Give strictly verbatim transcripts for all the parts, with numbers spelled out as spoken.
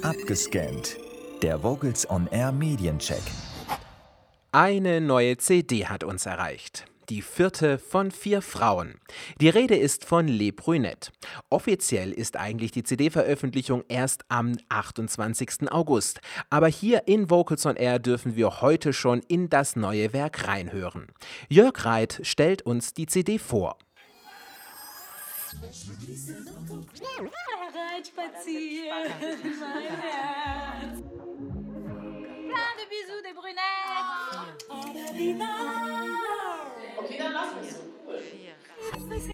Abgescannt. Der Vocals on Air Mediencheck. Eine neue C D hat uns erreicht. Die vierte von vier Frauen. Die Rede ist von Les Brunettes. Offiziell ist eigentlich die C D-Veröffentlichung erst am achtundzwanzigsten August. Aber hier in Vocals on Air dürfen wir heute schon in das neue Werk reinhören. Jörg Reit stellt uns die C D vor. Reitspazier, mein Herz. Plein de bisous des Brunettes. Okay, dann lassen wir es.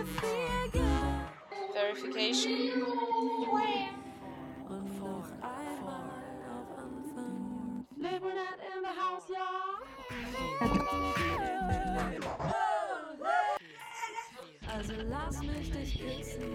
Verification. Les Brunettes in the house, y'all. Also lass mich dich küssen.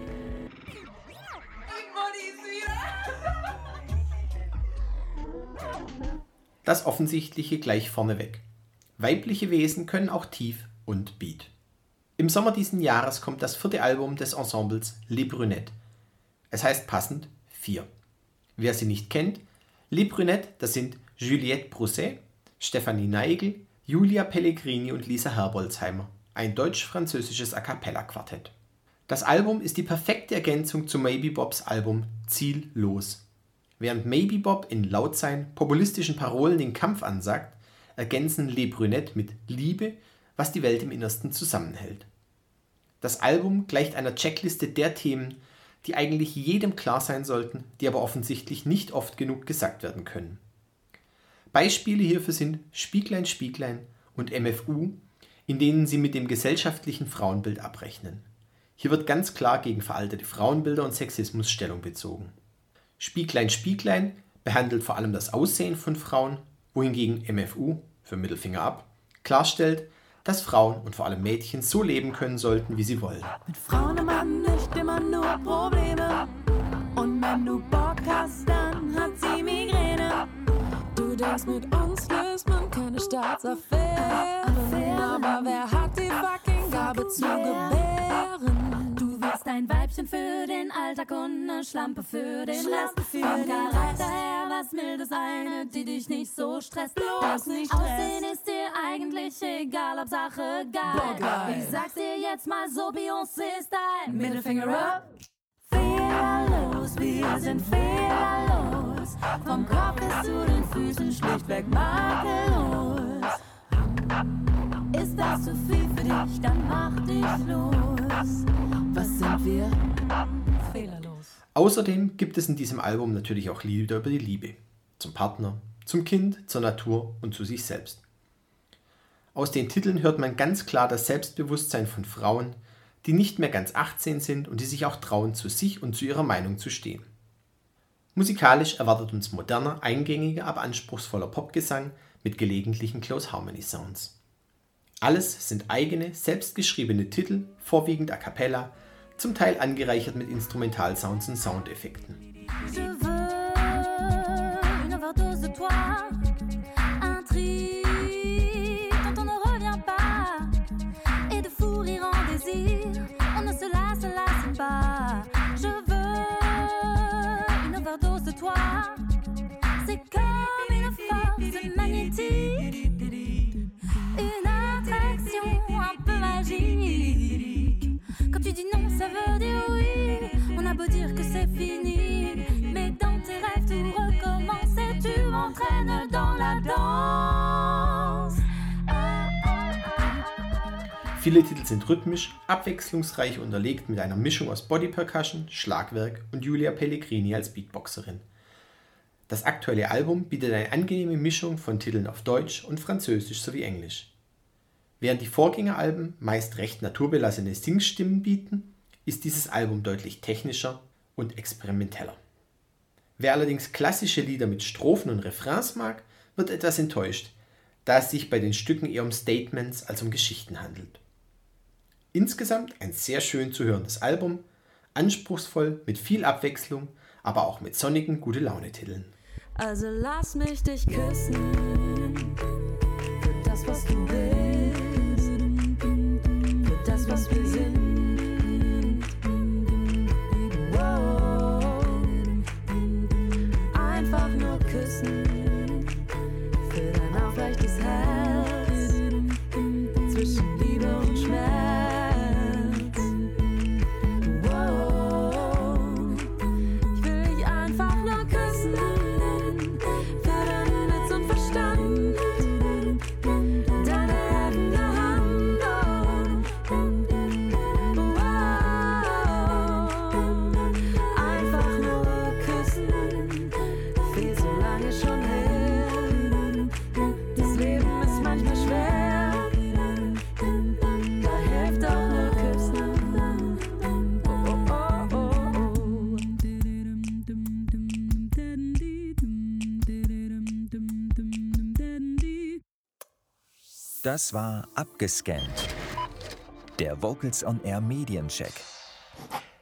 Das Offensichtliche gleich vorneweg. Weibliche Wesen können auch tief und Beat. Im Sommer diesen Jahres kommt das vierte Album des Ensembles Les Brunettes. Es heißt passend vier. Wer sie nicht kennt, Les Brunettes, das sind Juliette Brousset, Stefanie Neigel, Julia Pellegrini und Lisa Herbolzheimer, ein deutsch-französisches A-Cappella-Quartett. Das Album ist die perfekte Ergänzung zu Maybe Bobs Album Ziellos. Während Maybe Bob in laut seinen populistischen Parolen den Kampf ansagt, ergänzen Les Brunettes mit Liebe, was die Welt im Innersten zusammenhält. Das Album gleicht einer Checkliste der Themen, die eigentlich jedem klar sein sollten, die aber offensichtlich nicht oft genug gesagt werden können. Beispiele hierfür sind Spieglein, Spieglein und M F U, in denen sie mit dem gesellschaftlichen Frauenbild abrechnen. Hier wird ganz klar gegen veraltete Frauenbilder und Sexismus Stellung bezogen. Spieglein, Spieglein behandelt vor allem das Aussehen von Frauen, wohingegen M F U, für Mittelfinger ab, klarstellt, dass Frauen und vor allem Mädchen so leben können sollten, wie sie wollen. Mit Frauen im Mann nicht immer nur Probleme. Und wenn du Bock hast, dann hat sie Migräne. Du denkst, mit uns löst man keine Staatsaffären. Aber wer hat die fucking Gabe zu gebären? Du willst ein Weibchen für den Alltag und eine Schlampe für den Rest. Vom Charakter her was Mildes, eine, die dich nicht so stresst. Das nicht Aussehen ist dir eigentlich egal, Hauptsache geil. Ich sag's dir jetzt mal so, Beyoncé-Style. Mittelfinger up. Fehlerlos, wir sind fehlerlos. Vom Kopf bis zu den Füßen schlichtweg makellos. Ist das zu viel für dich, dann mach dich los. Was sind wir? Fehlerlos. Außerdem gibt es in diesem Album natürlich auch Lieder über die Liebe. Zum Partner, zum Kind, zur Natur und zu sich selbst. Aus den Titeln hört man ganz klar das Selbstbewusstsein von Frauen, die nicht mehr ganz achtzehn sind und die sich auch trauen, zu sich und zu ihrer Meinung zu stehen. Musikalisch erwartet uns moderner, eingängiger, aber anspruchsvoller Popgesang mit gelegentlichen Close Harmony Sounds. Alles sind eigene, selbstgeschriebene Titel, vorwiegend a cappella, zum Teil angereichert mit Instrumentalsounds und Soundeffekten. Je veux une overdose de toi, un tri quand on ne revient pas, et de fou rire en désir, on ne se lasse, lasse pas. Je veux une overdose de toi, c'est comme une force magnétique, une attraction un peu magique. Quand tu dis non, ça veut dire oui. On a beau dire que c'est fini, mais dans tes rêves tout recommence et tu m'entraînes dans la danse. Viele Titel sind rhythmisch, abwechslungsreich unterlegt mit einer Mischung aus Body Percussion, Schlagwerk und Julia Pellegrini als Beatboxerin. Das aktuelle Album bietet eine angenehme Mischung von Titeln auf Deutsch und Französisch sowie Englisch. Während die Vorgängeralben meist recht naturbelassene Singstimmen bieten, ist dieses Album deutlich technischer und experimenteller. Wer allerdings klassische Lieder mit Strophen und Refrains mag, wird etwas enttäuscht, da es sich bei den Stücken eher um Statements als um Geschichten handelt. Insgesamt ein sehr schön zu hörendes Album, anspruchsvoll, mit viel Abwechslung, aber auch mit sonnigen Gute-Laune-Titeln. Also lass mich dich küssen. Für das, was du willst. Für das, was wir sind. Wow. Das war Abgescannt. Der Vocals on Air Mediencheck.